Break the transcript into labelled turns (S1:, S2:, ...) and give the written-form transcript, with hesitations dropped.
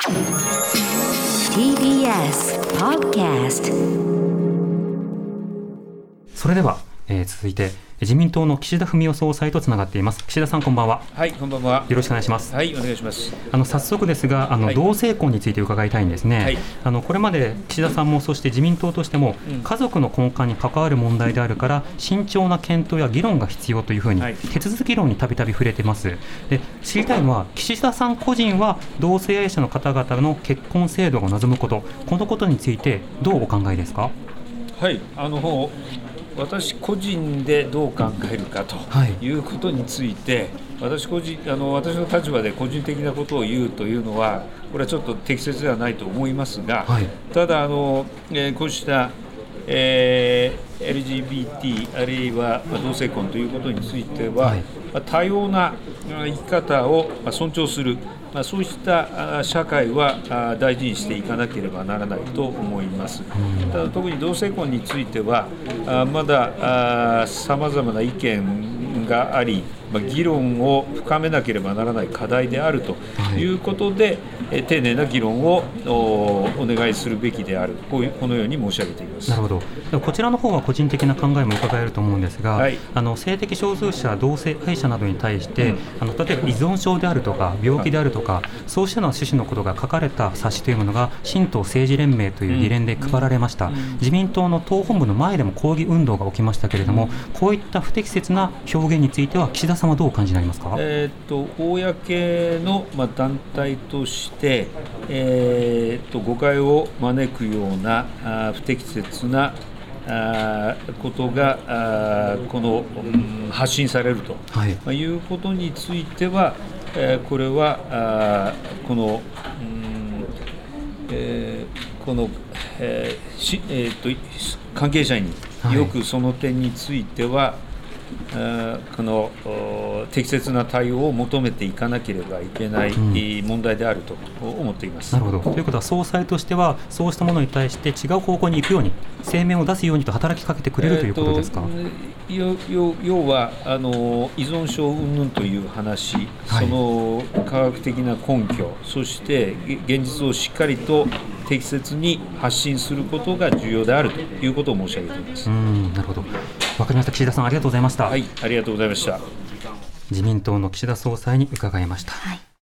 S1: TBS Podcast。
S2: それでは、続いて自民党の岸田文雄総裁とつながっています。岸田さん、こんばんは。
S3: はい、こんばんは。
S2: よろしくお願いします。
S3: はい、お願いします。
S2: 早速ですが、
S3: はい、
S2: 同性婚について伺いたいんですね。
S3: はい、
S2: これまで岸田さんもそして自民党としても、家族の根幹に関わる問題であるから慎重な検討や議論が必要というふうに、手続き論にたびたび触れています。で、知りたいのは、岸田さん個人は同性愛者の方々の結婚制度を望むこと、このことについてどうお考えですか？
S3: はい、私個人でどう考えるかということについて、私の立場で個人的なことを言うというのは、これはちょっと適切ではないと思いますが、ただこうした、LGBT あるいは同性婚ということについては、多様な生き方を尊重する、そうした社会は大事にしていかなければならないと思います。ただ特に同性婚についてはまださまざまな意見があり、議論を深めなければならない課題であるということで、丁寧な議論をお願いするべきである、このように申し上げています。
S2: なるほど。こちらの方は個人的な考えも伺えると思うんですが、性的少数者、同性愛者などに対して、例えば依存症であるとか病気であるとか、そうしたの趣旨のことが書かれた冊子というものが新党政治連盟という議連で配られました。自民党の党本部の前でも抗議運動が起きましたけれども、こういった不適切な表現については岸田さんはどうお感じになりますか？
S3: 公の団体として、誤解を招くような不適切なことが発信されるということについては、これは関係者によくその点については、適切な対応を求めていかなければいけない問題であると思っています。
S2: なるほど。ということは、総裁としてはそうしたものに対して違う方向に行くように、声明を出すようにと働きかけてくれるということですか？
S3: 要は依存症云々という話、その科学的な根拠、そして現実をしっかりと適切に発信することが重要であるということを申し上げています。
S2: なるほど。わかりました。岸田さん、ありがとうございました。
S3: はい、ありがとうございました。
S2: 自民党の岸田総裁に伺いました。